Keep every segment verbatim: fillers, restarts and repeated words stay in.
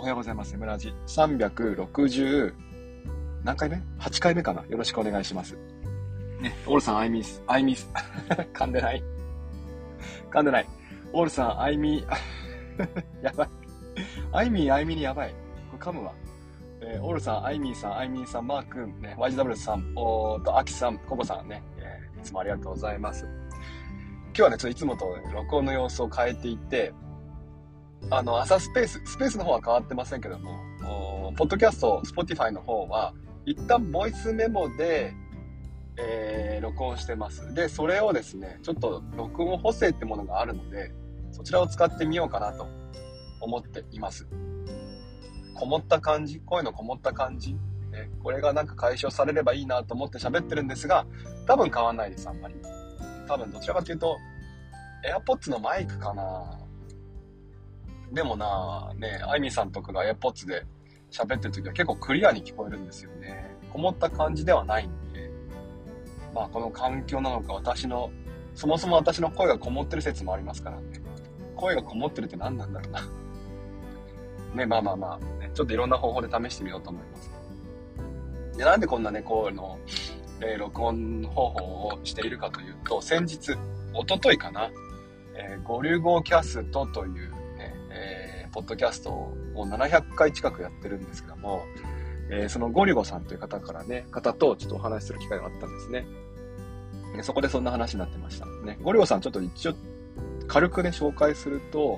おはようございます。村地さんびゃくろくじゅう何回目 ?はち 回目かな。よろしくお願いします。ね、オールさん、アイミス、アイミス。噛んでない。噛んでない。オールさん、アイミ、やばい。アイミー、アイミにやばい。これ噛むわ。えー、オールさん、アイミーさん、アイミーさん、マー君、ね、ワイジーダブリュー さん、おーと、アキさん、コボさんね、えー、いつもありがとうございます。今日はね、ちょっといつもと、ね、録音の様子を変えていて、あの、朝スペース、スペースの方は変わってませんけども、ポッドキャスト、Spotify の方は、一旦ボイスメモで、えー、録音してます。で、それをですね、ちょっと録音補正ってものがあるので、そちらを使ってみようかなと思っています。こもった感じ、声のこもった感じ、ね、これがなんか解消されればいいなと思って喋ってるんですが、多分変わんないです、あんまり。多分どちらかというと、AirPods のマイクかな。でもなぁ、ね、あいみさんとかが AirPods で喋ってる時は結構クリアに聞こえるんですよね。こもった感じではないんで、まあこの環境なのか私の、そもそも私の声がこもってる説もありますからね。声がこもってるって何なんだろうな。ね、まあまあまあ、ね、ちょっといろんな方法で試してみようと思います。で、なんでこんなね、こうの、えー、録音方法をしているかというと、先日、一昨日かな、えー、ゴリュゴキャストという、えー、ポッドキャストをななひゃっかい近くやってるんですけども、えー、そのゴリゴさんという方からね、方とちょっとお話しする機会があったんですね。そこでそんな話になってました。ね、ゴリゴさんちょっと一応軽くね、紹介すると、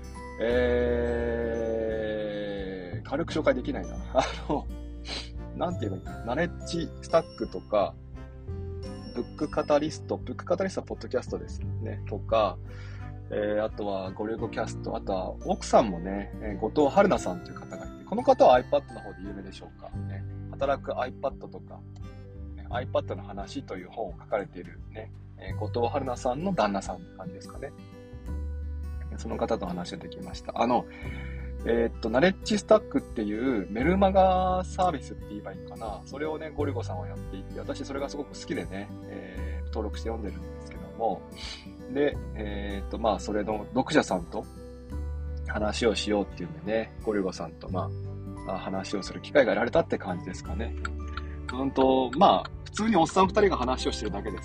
えー、軽く紹介できないな。あの、なんていうのかな、ナレッジスタックとか、ブックカタリスト、ブックカタリストはポッドキャストですね、とか、えー、あとはゴリゴキャスト、あとは奥さんもね、えー、後藤春菜さんという方がいて、この方は iPad の方で有名でしょうか。ね、働く iPad とか、ね、iPad の話という本を書かれているね、えー、後藤春菜さんの旦那さんって感じですかね。その方と話ができました。あの、えー、っと、ナレッジスタックっていうメルマガサービスって言えばいいかな。それをね、ゴリゴさんはやっていて、私それがすごく好きでね、えー、登録して読んでるんですけども、で、えー、っと、まあ、それの読者さんと話をしようっていうんでね、ゴリゴさんと、まあ、話をする機会が得られたって感じですかね。うんと、まあ、普通におっさん二人が話をしてるだけです。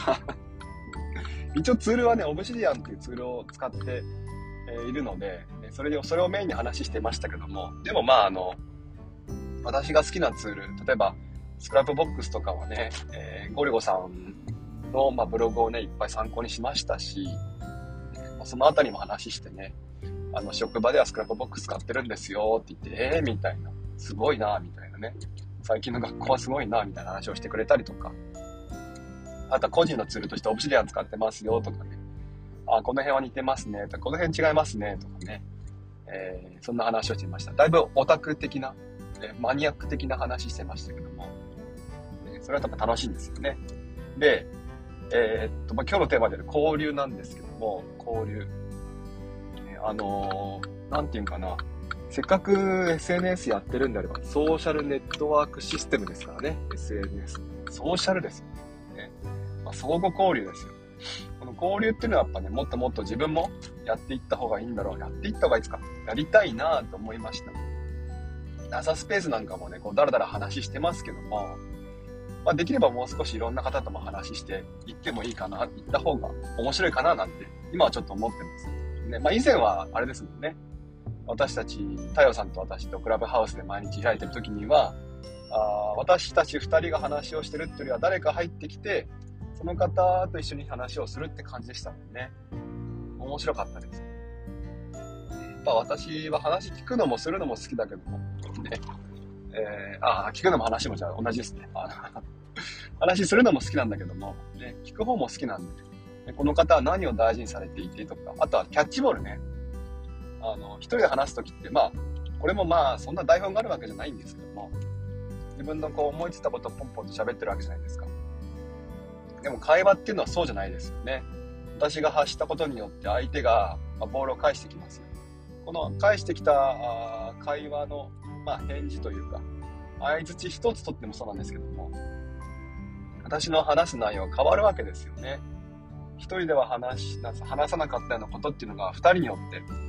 一応ツールはね、オブシディアンっていうツールを使っているので、それで、それをメインに話してましたけども、でもまあ、あの、私が好きなツール、例えば、スクラップボックスとかはね、えー、ゴリゴさんの、まあ、ブログをね、いっぱい参考にしましたし、そのあたりも話してね、あの、職場ではスクラップボックス使ってるんですよって言って、えーみたいな、すごいなみたいなね、最近の学校はすごいなみたいな話をしてくれたりとか、あとは個人のツールとしてオブシディアン使ってますよとかね、あ、この辺は似てますねとか、この辺違いますねとかね、えー、そんな話をしていました。だいぶオタク的な、えー、マニアック的な話してましたけども、えー、それは多分楽しいんですよね。で、えー、っと、まあ、今日のテーマである交流なんですけども、交流。えー、あのー、なんていうんかな、せっかく エスエヌエス やってるんであれば、ソーシャルネットワークシステムですからね、エスエヌエス。ソーシャルですよね。まあ、相互交流ですよ。この交流っていうのはやっぱね、もっともっと自分もやっていった方がいいんだろう。やっていった方がいいですか。やりたいなと思いました。朝スペースなんかもね、こう、だらだら話してますけども、まあ、できればもう少しいろんな方とも話していってもいいかな、言った方が面白いかななんて、今はちょっと思ってます。ね、まあ、以前はあれですもんね。私たち、太陽さんと私とクラブハウスで毎日開いてる時には、あ私たち二人が話をしてるっていうよりは誰か入ってきて、その方と一緒に話をするって感じでしたもんね。面白かったです。やっぱ私は話聞くのもするのも好きだけども、ね、えー、あ聞くのも話もじゃあ同じですね。あの話するのも好きなんだけども、ね、聞く方も好きなんで、ね、この方は何を大事にされていてとか、あとはキャッチボールね。あの、一人で話すときって、まあ、これもまあ、そんな台本があるわけじゃないんですけども、自分のこう思いついたことをポンポンと喋ってるわけじゃないですか。でも会話っていうのはそうじゃないですよね。私が発したことによって相手がボールを返してきますよ。この返してきた会話の、まあ、返事というか、相槌一つとってもそうなんですけども、私の話す内容が変わるわけですよね。一人では話し、話さなかったようなことっていうのが二人によって、ね、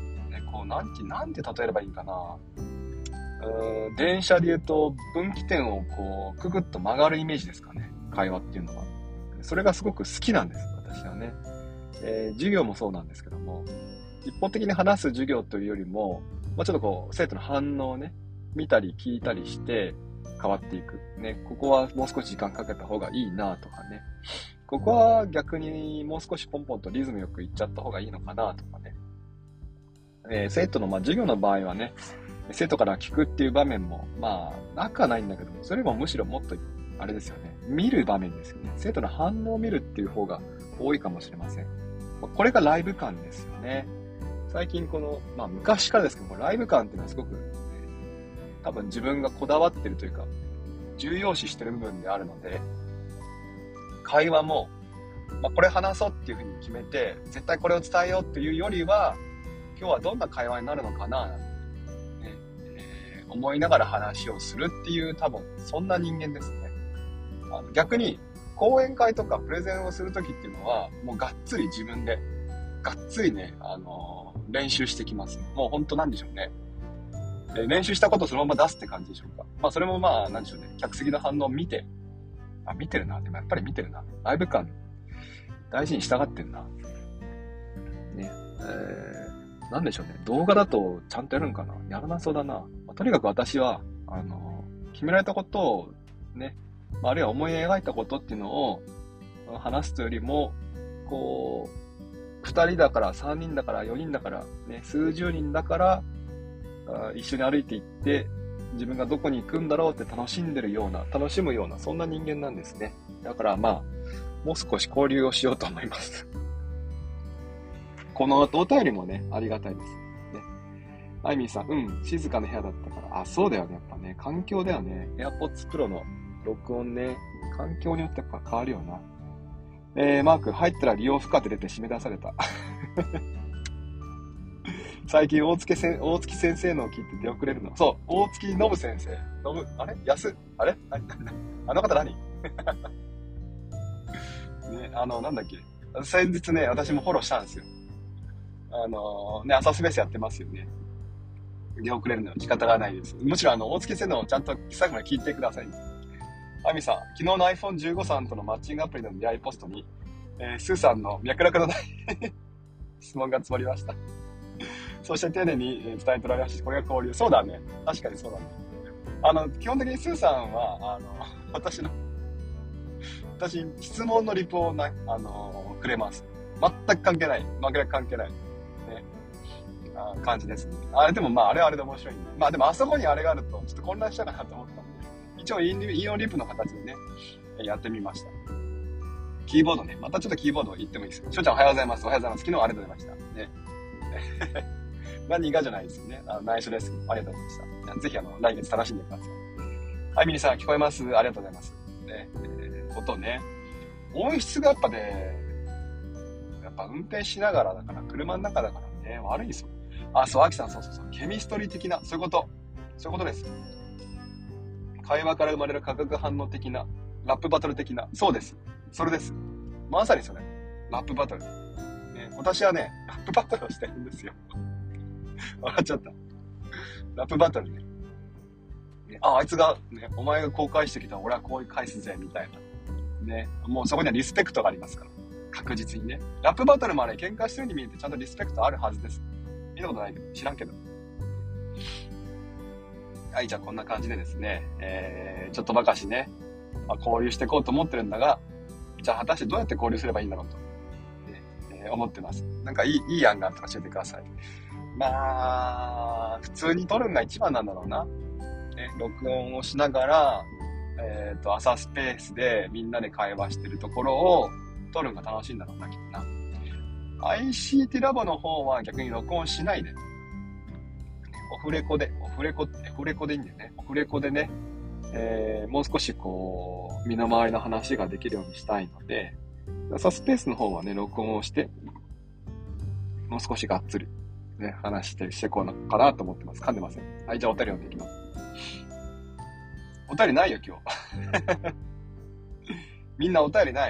こう、なんて、なんて例えればいいかな。うーん、電車で言うと、分岐点をこう、くぐっと曲がるイメージですかね。会話っていうのは。それがすごく好きなんです、私はね。えー、授業もそうなんですけども、一方的に話す授業というよりも、まあ、ちょっとこう、生徒の反応をね、見たり聞いたりして変わっていく。ね、ここはもう少し時間かけた方がいいなとかね。ここは逆にもう少しポンポンとリズムよくいっちゃった方がいいのかなとかね。えー、生徒の、まあ、授業の場合はね、生徒から聞くっていう場面も、まあ、なくはないんだけども、それもむしろもっと、あれですよね。見る場面ですよね。生徒の反応を見るっていう方が多いかもしれません。これがライブ感ですよね。最近この、まあ昔からですけども、ライブ感っていうのはすごく、ね、多分自分がこだわってるというか、重要視してる部分であるので、会話も、まあ、これ話そうっていうふうに決めて、絶対これを伝えようっていうよりは、今日はどんな会話になるのかな、ねえー、思いながら話をするっていう多分、そんな人間ですね。あの逆に、講演会とかプレゼンをするときっていうのは、もうがっつり自分で、がっつりね、あのー、練習してきます。もう本当なんでしょうね。で練習したことをそのまま出すって感じでしょうか。まあそれもまあ、なんでしょうね。客席の反応を見て、あ、見てるな。でもやっぱり見てるな。ライブ感、大事に従ってんな。ね。えー、なんでしょうね。動画だとちゃんとやるんかな。やらなそうだな。まあ、とにかく私は、あのー、決められたことをね、あるいは思い描いたことっていうのを話すというよりも、こう、二人だから、三人だから、四人だから、ね、数十人だから、一緒に歩いていって、自分がどこに行くんだろうって楽しんでるような、楽しむような、そんな人間なんですね。だからまあ、もう少し交流をしようと思います。このお便りもね、ありがたいです。ね。あいみんさん、うん、静かな部屋だったから、あ、そうだよね、やっぱね、環境だよね。AirPods Pro の録音ね、環境によってやっぱ変わるよな。えー、マーク、入ったら利用不可って出て締め出された。最近大月せん、大月先生のを聞いて出遅れるの。そう、大月信先生。のぶ、あれ安あれあの方何ね、あの、なんだっけ。先日ね、私もフォローしたんですよ。あのー、ね、朝スペースやってますよね。出遅れるのは仕方がないです。むしろあの、大月先生のをちゃんと最後まで聞いてください。アミさん、昨日の アイフォンじゅうご さんとのマッチングアプリでの出会いポストに、えー、スーさんの脈絡のない質問が積もりました。そして丁寧に伝えておられましたし、これが交流。そうだね。確かにそうだね。あの、基本的にスーさんは、あの、私の、私、質問のリプをね、あの、くれます。全く関係ない。全く関係ない。ね。あ感じですね。あれでもまあ、あれはあれで面白いんで。まあでもあそこにあれがあると、ちょっと混乱したかなと思ったんで、一応インオンリプの形でね、やってみました。キーボードね。またちょっとキーボード言ってもいいですか。しょうちゃんおはようございます。おはようございます。昨日はありがとうございました。ね。何がじゃないですよね。あの内緒です。ありがとうございました。ぜひあの、来月楽しんでください。はい、ミニさん聞こえます。ありがとうございます。ね、えー、音ね。音質がやっぱね、やっぱ運転しながらだから、車の中だからね、悪いですよ。あ、そう、アキさん、そうそうそう。ケミストリー的な、そういうこと。そういうことです。会話から生まれる化学反応的な、ラップバトル的な、そうです。それです。まさにそれ。ラップバトル。ね、私はね、ラップバトルをしてるんですよ。笑っちゃった。ラップバトルね。ねあ、あいつが、ね、お前がこう返してきたら俺はこう返すぜ、みたいな。ね。もうそこにはリスペクトがありますから。確実にね。ラップバトルもあれ、喧嘩してるように見えてちゃんとリスペクトあるはずです。見たことないけど、知らんけど。はい、じゃあこんな感じでですね、えー、ちょっとばかしね、まあ、交流していこうと思ってるんだが、じゃあ果たしてどうやって交流すればいいんだろうと、ねえー、思ってます。なんかいい、いい案があったら教えてください。まあ、普通に撮るのが一番なんだろうな。ね、録音をしながら、えっと、朝スペースでみんなで会話してるところを撮るのが楽しいんだろうな、きっとな。アイシーティー ラボの方は逆に録音しないで、オフレコで、オフレコ、オフレコでいいんだよね。オフレコでね、えー、もう少しこう、身の回りの話ができるようにしたいので、朝スペースの方はね、録音をして、もう少しがっつり、ね、話してしてこうのかなと思ってます。噛んでません。はい、じゃあお便り読んでいきます。お便りないよ、今日。みんなお便りない。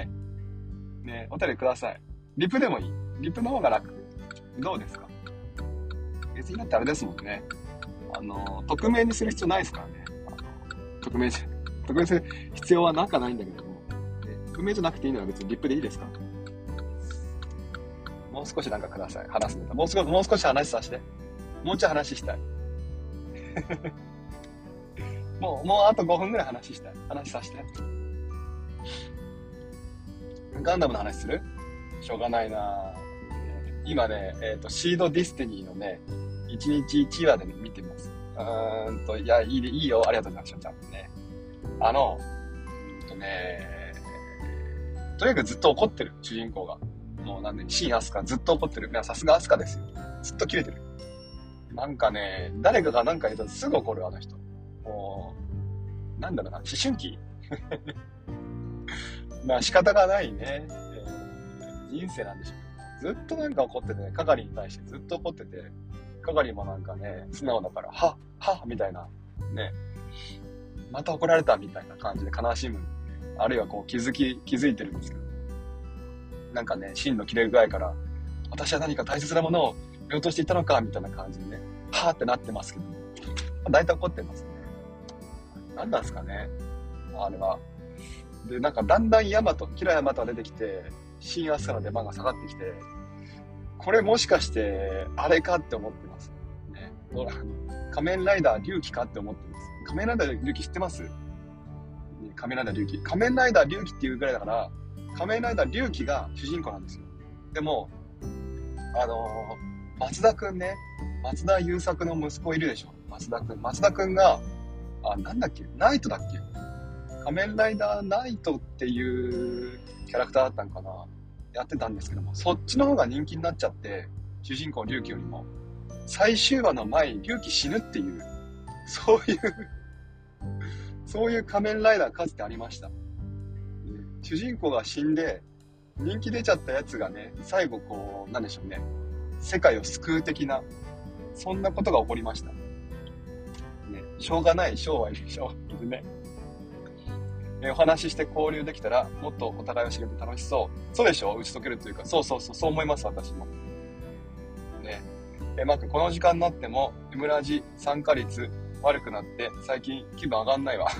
ね、お便りください。リプでもいい。リプの方が楽。どうですか？ 別にだってあれですもんね。あの、匿名にする必要ないですからね。あの匿名じゃ、匿名にする必要はなんかないんだけども、ね、匿名じゃなくていいのは別にリップでいいですか？もう少しなんかください。話すネタ。もう少し、もう少し話させて。もうちょい話したい。もう、もうあとごふんぐらい話したい。話させて。ガンダムの話する？しょうがないな。今ね、えっと、シードディスティニーのね、いちにちいちわで、ね、見てみます。うーんと、いや、いい、いいよ。ありがとうございます、しょうちゃんね。あの、うんとね、とにかくずっと怒ってる、主人公が。もうなんで、シン・アスカずっと怒ってる。いや、さすがアスカですよ。ずっと切れてる。なんかね、誰かがなんか言うとすぐ怒る、あの人。もう、なんだろうな、思春期まあ仕方がないね、えー、人生なんでしょう。ずっとなんか怒っててね、係に対してずっと怒ってて、係もなんかね、素直だから、はっ、はっ、みたいな、ね、また怒られたみたいな感じで悲しむ。あるいはこう気づき、気づいてるんですけど、なんかね、芯の切れる具合から、私は何か大切なものを見落としていたのか、みたいな感じでね、はーってなってますけど、大体怒ってますね。何なんですかね、あれは。で、なんかだんだんヤマト、キラヤマトが出てきて、新アスカの出番が下がってきて、これもしかして、あれかって思ってます。ね、仮面ライダー龍騎かって思ってます。仮面ライダー龍騎知ってます？ね、仮面ライダー龍騎。仮面ライダー龍騎っていうぐらいだから、仮面ライダー龍騎が主人公なんですよ。でも、あのー、松田くんね、松田優作の息子いるでしょ。松田くん。松田くんが、あ、なんだっけ、ナイトだっけ、仮面ライダーナイトっていうキャラクターだったんかな、やってたんですけども、そっちの方が人気になっちゃって、主人公龍騎よりも最終話の前に龍騎死ぬっていう、そういうそういう仮面ライダーかつてありました。主人公が死んで人気出ちゃったやつがね、最後こうなんでしょうね、世界を救う的な、そんなことが起こりましたね。しょうがない昭和いる昭和いるね。お話しして交流できたらもっとお互いを知れて楽しそう。そうでしょ？打ち解けるというか、そうそうそう、そう思います、私も。ねえ、マー君、この時間になっても、エムラジ参加率悪くなって、最近気分上がんないわ。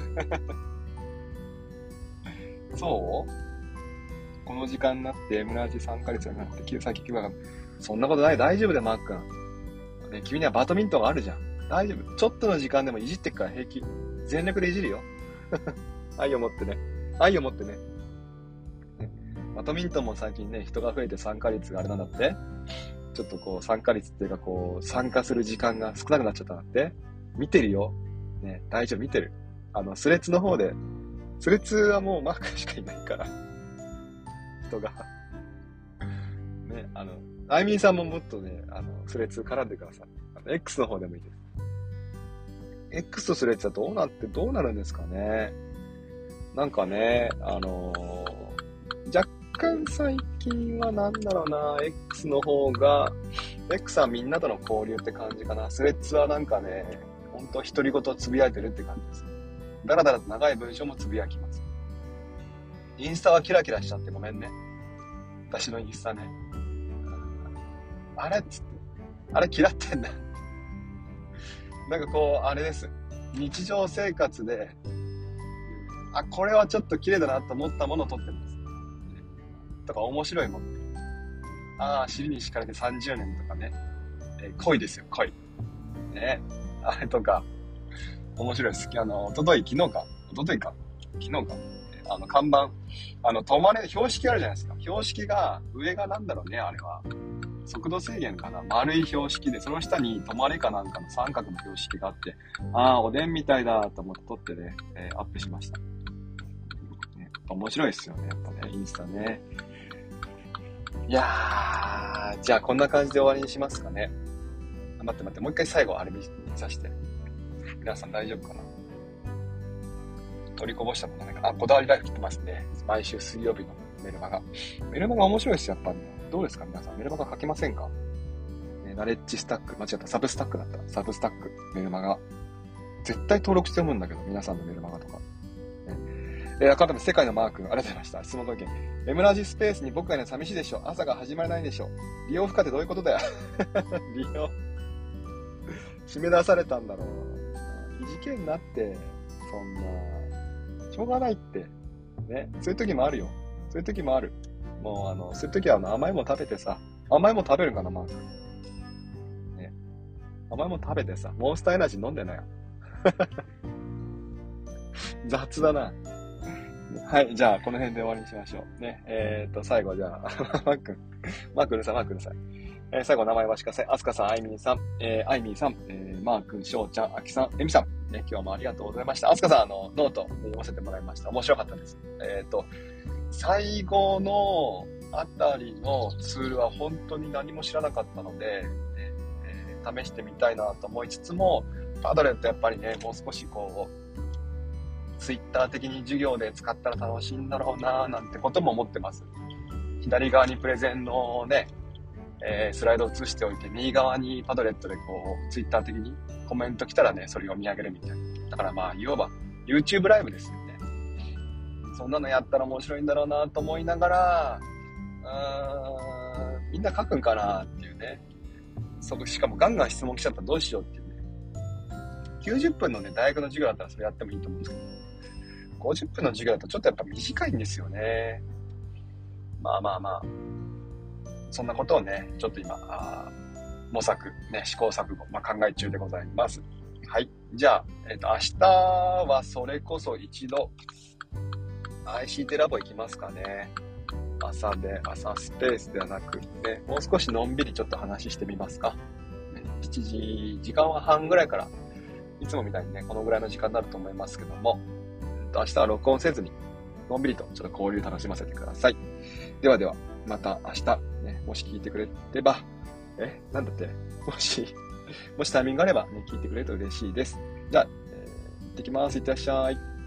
そうこの時間になって、エムラジ参加率がなって、最近気分上がんない。そんなことない。大丈夫だよ、マー君。ね、君にはバドミントンがあるじゃん。大丈夫。ちょっとの時間でもいじってっから平気。全力でいじるよ。愛を持ってね。愛を持ってね。ね、バドミントンも最近ね、人が増えて参加率があれなんだって。ちょっとこう、参加率っていうかこう、参加する時間が少なくなっちゃったんだって。見てるよ。ね、大丈夫、見てる。あの、スレッズの方で、スレッズはもうマークしかいないから。人が。ね、あの、あいみんさんももっとね、あの、スレッズ絡んでください。あの、X の方でもいいです。X とスレッズはどうなって、どうなるんですかね。なんかね、あのー、若干最近はなんだろうな、X の方が、X はみんなとの交流って感じかな。スレッズはなんかね、ほんと独り言つぶやいてるって感じです。だらだらと長い文章もつぶやきます。インスタはキラキラしちゃってごめんね。私のインスタね。あれっつって。あれ嫌ってんだ。なんかこう、あれです。日常生活で、あ、これはちょっと綺麗だなと思ったものを撮ってます。とか面白いもの。ああ、尻に敷かれてさんじゅうねんとかね。えー、恋ですよ、恋。ね。あれとか、面白いです。あの、おととい、昨日か。おとといか。昨日か。あの、看板。あの、止まれ、標識あるじゃないですか。標識が、上がなんだろうね、あれは。速度制限かな、丸い標識で、その下に止まれかなんかの三角の標識があって、ああ、おでんみたいだと思って撮ってね、えー、アップしました。ね、面白いですよね、やっぱね、インスタね。いやー、じゃあこんな感じで終わりにしますかね。待って待って、もう一回最後あれ見させて。皆さん大丈夫かな。取りこぼしたものないかな。あ、こだわりライフ来てますね。毎週水曜日のメルマガ。メルマガ面白いですよ、やっぱり。どうですか皆さん、メルマガ書きませんか、ね、ナレッジスタック、間違った、サブスタックだった。サブスタック、メルマガ。絶対登録して思うんだけど、皆さんのメルマガとか。ね、えー、改めて世界のマーク、ありがとうございました。質問ご意見。エムラジスペースに僕がいない寂しいでしょ。朝が始まらないでしょ。利用不可ってどういうことだよ。利用。 締め出されたんだろう。いじけんなって、そんな、しょうがないって。ね、そういう時もあるよ。そういう時もある。もう、あの、そういう時はあの甘いもの食べてさ、甘いもの食べるかな、マーク。ね、甘いもの食べてさ、モンスターエナジー飲んでなよ。雑だな。はい、じゃあ、この辺で終わりにしましょう。ね、えーと、最後、じゃあ、マー君。マー君うるさい、マー君うるさい。えー、最後、名前はしかせ、あすかさん、あいみんさん、えー、あいみんさん、えー、マー君、しょうちゃん、あきさん、えみさん、ね、今日もありがとうございました。あすかさん、あの、ノート、読ませてもらいました。面白かったです。えーと、最後のあたりのツールは本当に何も知らなかったので、ねえー、試してみたいなと思いつつも、パドレットやっぱりね、もう少しこう、ツイッター的に授業で使ったら楽しいんだろうななんてことも思ってます。左側にプレゼンのね、えー、スライドを映しておいて、右側にパドレットでこう、ツイッター的にコメント来たらね、それを見上げるみたいな。だからまあ、いわば YouTube ライブですよね。そんなのやったら面白いんだろうなと思いながら、うーん、みんな書くんかなっていうね。そこ、しかもガンガン質問来ちゃったらどうしようっていうね。きゅうじゅっぷんのね、大学の授業だったらそれやってもいいと思うんですけど、ごじゅっぷんの授業だとちょっとやっぱ短いんですよね。まあまあまあ、そんなことをね、ちょっと今、あ模索、ね、試行錯誤、まあ、考え中でございます。はい。じゃあ、えっと、明日はそれこそ一度、アイシーティー ラボ行きますかね。朝で、朝スペースではなく、ね、もう少しのんびりちょっと話してみますか。しちじ、時間は半ぐらいから、いつもみたいにね、このぐらいの時間になると思いますけども、明日は録音せずに、のんびりとちょっと交流楽しませてください。ではでは、また明日、ね、もし聞いてくれれば、え、なんだって、もし、もしタイミングがあればね、聞いてくれると嬉しいです。じゃあ、えー、行ってきます。いってらっしゃい。